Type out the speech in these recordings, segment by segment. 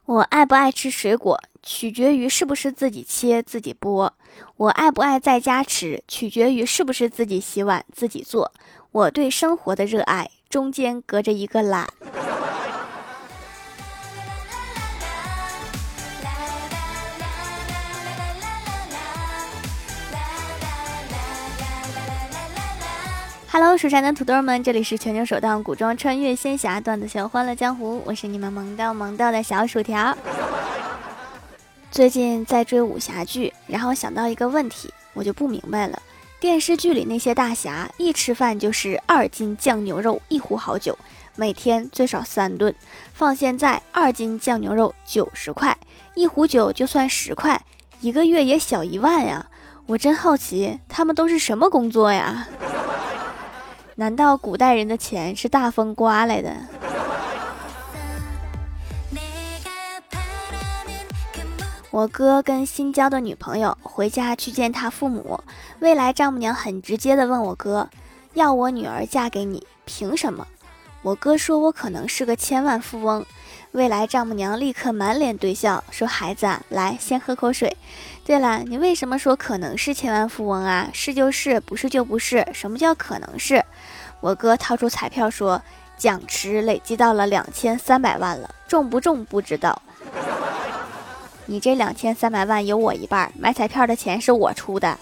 我爱不爱吃水果，取决于是不是自己切自己剥；我爱不爱在家吃，取决于是不是自己洗碗自己做。我对生活的热爱，中间隔着一个懒。Hello，蜀山的土豆们，这里是全球首档古装穿越仙侠段子秀《欢乐江湖》，我是你们萌到的小薯条。最近在追武侠剧，然后想到一个问题，我就不明白了。电视剧里那些大侠一吃饭就是2斤酱牛肉1壶好酒，每天最少3顿，放现在2斤酱牛肉90块，1壶酒就算10块，一个月也小1万呀！我真好奇，他们都是什么工作呀？难道古代人的钱是大风刮来的？我哥跟新交的女朋友回家去见他父母，未来丈母娘很直接的问我哥，要我女儿嫁给你，凭什么？我哥说我可能是个千万富翁。未来丈母娘立刻满脸堆笑，说孩子啊，来先喝口水。对了，你为什么说可能是千万富翁啊？是就是，不是就不是，什么叫可能是？我哥掏出彩票说，奖池累积到了2300万了，中不中不知道。你这2300万有我一半，买彩票的钱是我出的。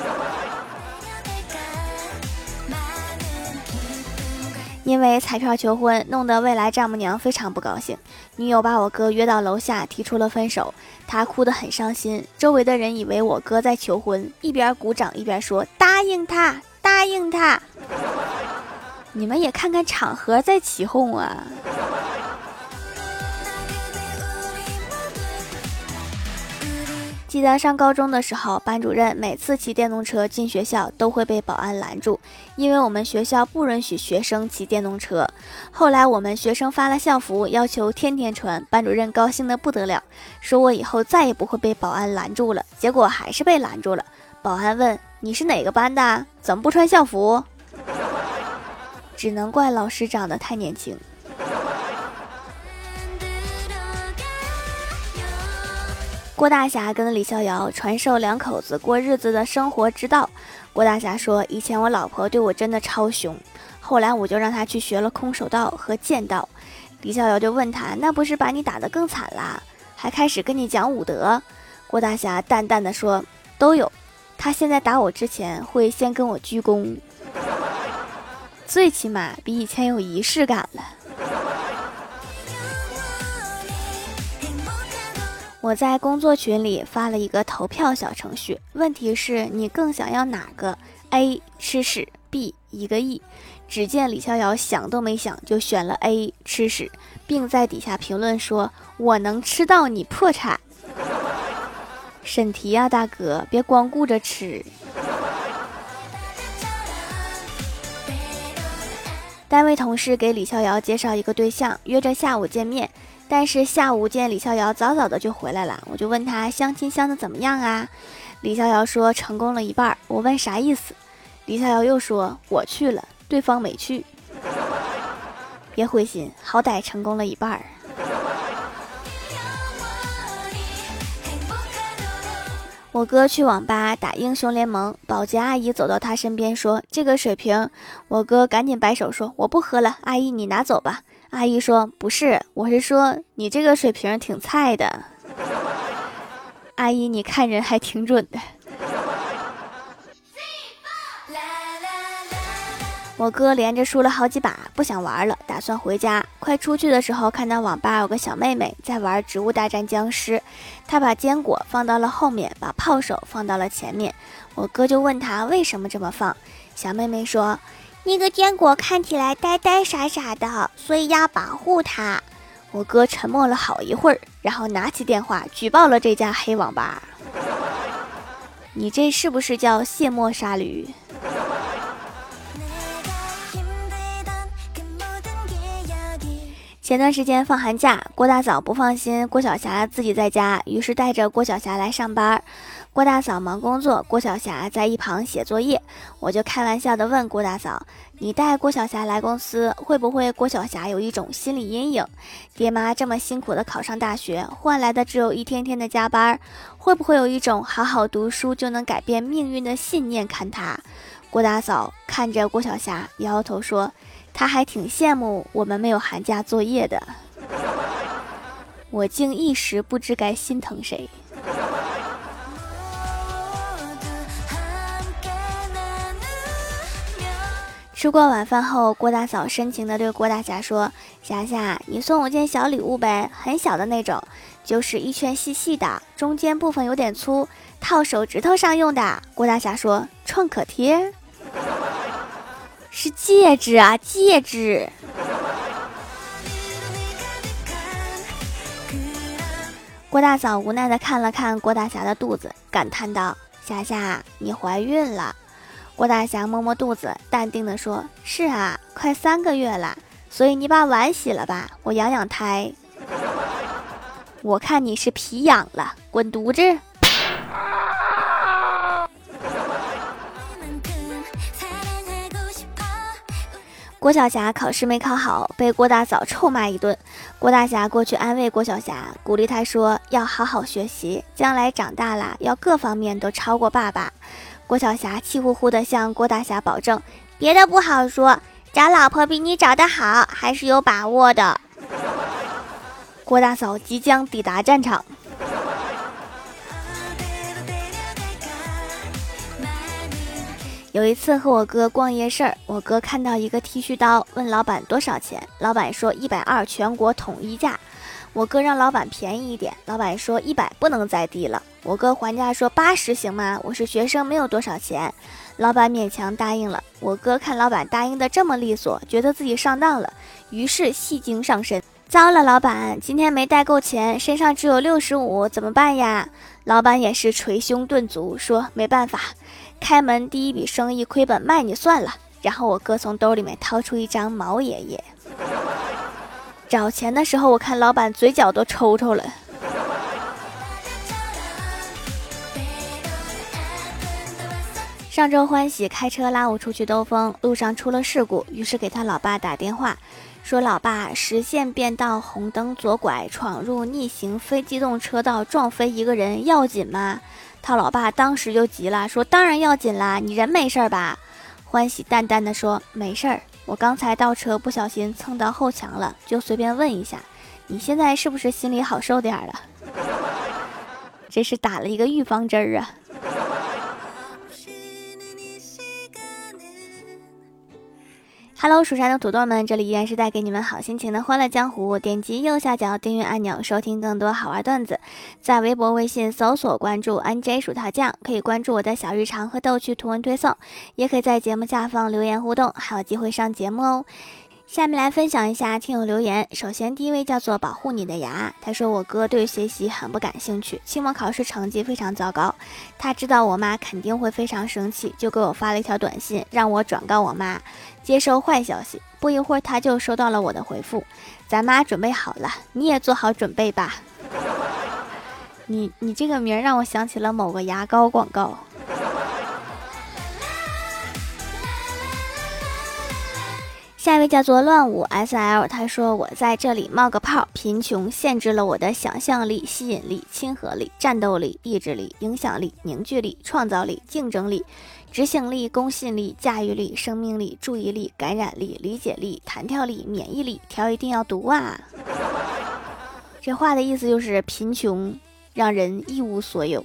因为彩票求婚，弄得未来丈母娘非常不高兴，女友把我哥约到楼下提出了分手，他哭得很伤心，周围的人以为我哥在求婚，一边鼓掌一边说答应他答应他。你们也看看场合再起哄啊。记得上高中的时候，班主任每次骑电动车进学校都会被保安拦住，因为我们学校不允许学生骑电动车。后来我们学生发了校服，要求天天穿，班主任高兴得不得了，说我以后再也不会被保安拦住了。结果还是被拦住了。保安问，你是哪个班的？怎么不穿校服？只能怪老师长得太年轻。郭大侠跟李逍遥传授2口子过日子的生活之道。郭大侠说，以前我老婆对我真的超凶，后来我就让她去学了空手道和剑道。李逍遥就问他，那不是把你打得更惨啦？还开始跟你讲武德。郭大侠淡淡的说，都有，他现在打我之前会先跟我鞠躬，最起码比以前有仪式感了。我在工作群里发了一个投票小程序，问题是你更想要哪个 ？A 吃屎 ，B 1个亿。只见李逍遥想都没想就选了 A 吃屎，并在底下评论说，我能吃到你破产。审题啊大哥，别光顾着吃。单位同事给李逍遥介绍一个对象，约着下午见面，但是下午见李逍遥早早的就回来了，我就问他相亲相的怎么样啊？李逍遥说成功了一半。我问啥意思？李逍遥又说我去了，对方没去。别灰心，好歹成功了一半。我哥去网吧打英雄联盟，保洁阿姨走到他身边说，这个水平。我哥赶紧摆手说，我不喝了，阿姨你拿走吧。阿姨说，不是，我是说你这个水平挺菜的。阿姨你看人还挺准的。我哥连着输了好几把，不想玩了，打算回家。快出去的时候，看到网吧有个小妹妹在玩植物大战僵尸，她把坚果放到了后面，把炮手放到了前面。我哥就问她为什么这么放，小妹妹说，那个坚果看起来呆呆傻傻的，所以要保护它。我哥沉默了好一会儿，然后拿起电话举报了这家黑网吧。你这是不是叫卸磨杀驴？ 前段时间放寒假，郭大嫂不放心郭晓霞自己在家，于是带着郭晓霞来上班。郭大嫂忙工作，郭晓霞在一旁写作业。我就开玩笑地问郭大嫂：“你带郭晓霞来公司，会不会郭晓霞有一种心理阴影？爹妈这么辛苦地考上大学，换来的只有一天天的加班，会不会有一种好好读书就能改变命运的信念看他？”郭大嫂看着郭晓霞，摇摇头说：“他还挺羡慕我们没有寒假作业的。”我竟一时不知该心疼谁。吃过晚饭后，郭大嫂深情地对郭大侠说：“霞霞，你送我件小礼物呗，很小的那种，就是一圈细细的，中间部分有点粗，套手指头上用的。”郭大侠说：“创可贴？是戒指啊，戒指。”郭大嫂无奈地看了看郭大侠的肚子，感叹道：“霞霞，你怀孕了。”郭大侠摸摸肚子，淡定地说：“是啊，快3个月了，所以你把碗洗了吧，我养养胎。”我看你是皮痒了，滚犊子！郭晓霞考试没考好，被郭大嫂臭骂一顿。郭大侠过去安慰郭晓霞，鼓励她说：“要好好学习，将来长大了要各方面都超过爸爸。”郭晓霞气呼呼地向郭大侠保证：“别的不好说，找老婆比你找得好，还是有把握的。”郭大嫂即将抵达战场。有一次和我哥逛夜市，我哥看到一个剃须刀，问老板多少钱，老板说120，全国统一价。我哥让老板便宜一点，老板说100不能再低了。我哥还价说80行吗？我是学生，没有多少钱。老板勉强答应了。我哥看老板答应的这么利索，觉得自己上当了，于是戏精上身。糟了，老板，今天没带够钱，身上只有65，怎么办呀？老板也是捶胸顿足，说没办法，开门第一笔生意亏本，卖你算了。然后我哥从兜里面掏出一张毛爷爷。找钱的时候，我看老板嘴角都抽抽了。上周欢喜开车拉我出去兜风，路上出了事故，于是给他老爸打电话，说老爸，实线变道红灯左拐，闯入逆行非机动车道，撞飞一个人，要紧吗？他老爸当时就急了，说当然要紧啦，你人没事吧？欢喜淡淡的说，没事儿，我刚才倒车不小心蹭到后墙了，就随便问一下，你现在是不是心里好受点了？这是打了一个预防针儿啊。Hello， 蜀山的土豆们，这里依然是带给你们好心情的欢乐江湖。点击右下角订阅按钮，收听更多好玩段子。在微博、微信搜索关注 NJ 薯条酱，可以关注我的小日常和逗趣图文推送，也可以在节目下方留言互动，还有机会上节目哦。下面来分享一下听友留言。首先第一位叫做保护你的牙，他说我哥对学习很不感兴趣，期末考试成绩非常糟糕，他知道我妈肯定会非常生气，就给我发了一条短信，让我转告我妈接收坏消息。不一会儿他就收到了我的回复，咱妈准备好了，你也做好准备吧。你这个名让我想起了某个牙膏广告。下一位叫做乱舞 SL， 他说我在这里冒个泡，贫穷限制了我的想象力、吸引力、亲和力、战斗力、意志力、影响力、凝聚力、创造力、竞争力、执行力、公信力、驾驭力、生命力、注意力、感染力、理解力、弹跳力、免疫力，条一定要读啊。这话的意思就是贫穷让人一无所有。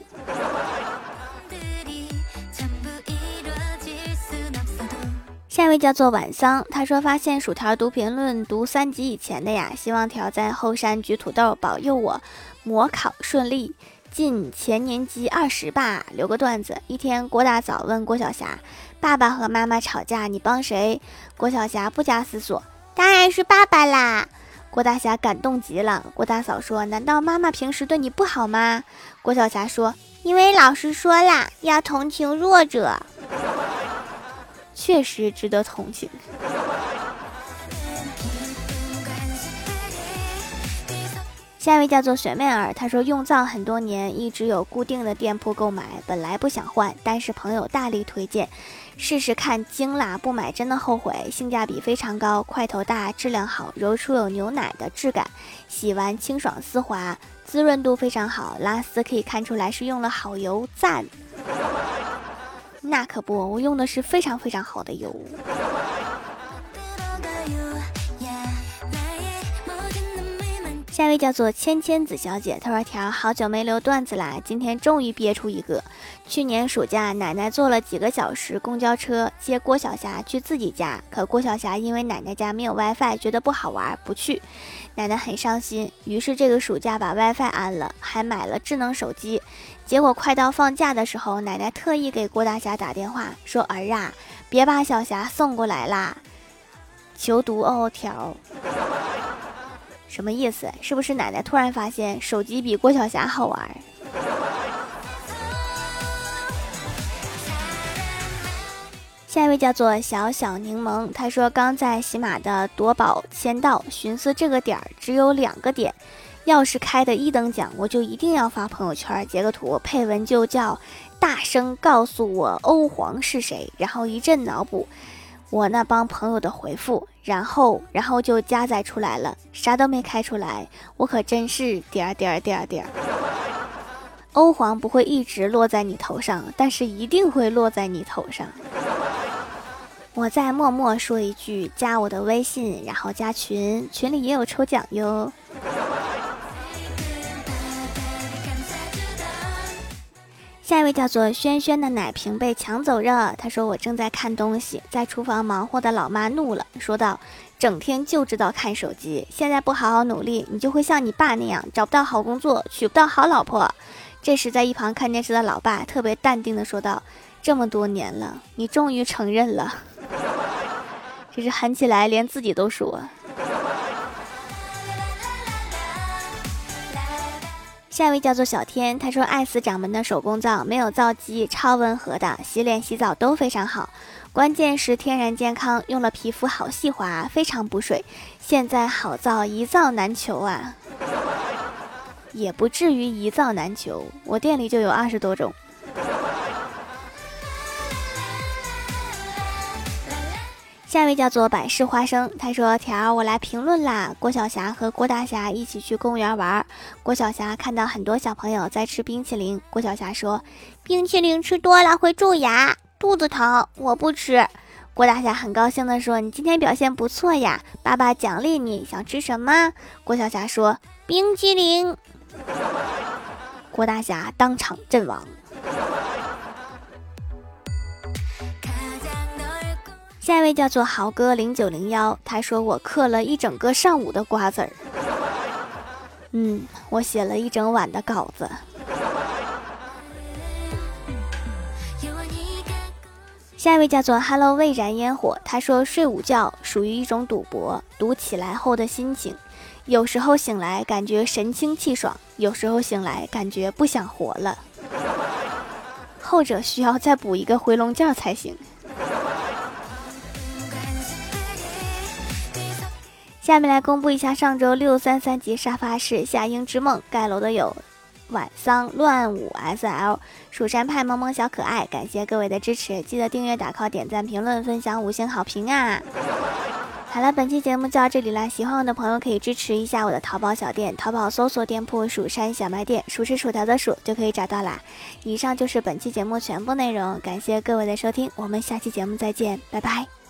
下一位叫做晚桑，他说发现薯条读评论读3级以前的呀，希望条在后山举土豆保佑我模考顺利进前年级20吧。留个段子，一天郭大嫂问郭晓霞，爸爸和妈妈吵架你帮谁？郭晓霞不假思索，当然是爸爸啦。郭大侠感动极了。郭大嫂说，难道妈妈平时对你不好吗？郭晓霞说，因为老师说啦，要同情弱者。确实值得同情。 下一位叫做雪妹儿，她说用皂很多年，一直有固定的店铺购买，本来不想换，但是朋友大力推荐，试试看精啦，不买真的后悔，性价比非常高，块头大，质量好，揉出有牛奶的质感，洗完清爽丝滑，滋润度非常好，拉丝可以看出来是用了好油，赞。那可不，我用的是非常非常好的油。下一位叫做芊芊子小姐，她说条好久没留段子啦，今天终于憋出一个。去年暑假奶奶坐了几个小时公交车接郭晓霞去自己家，可郭晓霞因为奶奶家没有 WiFi 觉得不好玩不去，奶奶很伤心，于是这个暑假把 WiFi 安了，还买了智能手机。结果快到放假的时候，奶奶特意给郭大侠打电话说，儿啊，别把小霞送过来啦，求读哦条。什么意思？是不是奶奶突然发现手机比郭晓霞好玩？下一位叫做小小柠檬，他说刚在喜马的夺宝签到，寻思这个点儿只有2个点，要是开的1等奖，我就一定要发朋友圈截个图，配文就叫大声告诉我欧皇是谁，然后一阵脑补我那帮朋友的回复，然后就加载出来了，啥都没开出来，我可真是点。欧皇不会一直落在你头上，但是一定会落在你头上。我再默默说一句，加我的微信，然后加群，群里也有抽奖哟。下一位叫做轩轩的奶瓶被抢走了，他说我正在看东西，在厨房忙活的老妈怒了，说道整天就知道看手机，现在不好好努力，你就会像你爸那样找不到好工作，娶不到好老婆。这时在一旁看电视的老爸特别淡定的说道，这么多年了，你终于承认了。这是喊起来连自己都说。下一位叫做小天，他说爱死掌门的手工皂，没有皂基，超温和的，洗脸洗澡都非常好，关键是天然健康，用了皮肤好细滑，非常补水，现在好皂一皂难求啊。也不至于一皂难求，我店里就有20多种。下一位叫做百事花生，他说条我来评论啦，郭晓霞和郭大侠一起去公园玩，郭晓霞看到很多小朋友在吃冰淇淋，郭晓霞说冰淇淋吃多了会蛀牙，肚子疼，我不吃。郭大侠很高兴地说，你今天表现不错呀，爸爸奖励你，想吃什么？郭晓霞说冰淇淋。郭大侠当场阵亡。下一位叫做豪哥0901，他说我嗑了一整个上午的瓜子儿。我写了一整晚的稿子。下一位叫做 Hello 未燃烟火，他说睡午觉属于一种赌博，赌起来后的心情，有时候醒来感觉神清气爽，有时候醒来感觉不想活了，后者需要再补一个回笼觉才行。下面来公布一下上周633级沙发是夏英之梦，盖楼的有晚桑、乱舞 SL、 蜀山派萌萌小可爱，感谢各位的支持，记得订阅打 call 点赞评论分享5星好评啊。好了，本期节目就到这里了，喜欢我的朋友可以支持一下我的淘宝小店，淘宝搜索店铺蜀山小卖店，数是薯条的数就可以找到啦。以上就是本期节目全部内容，感谢各位的收听，我们下期节目再见，拜拜。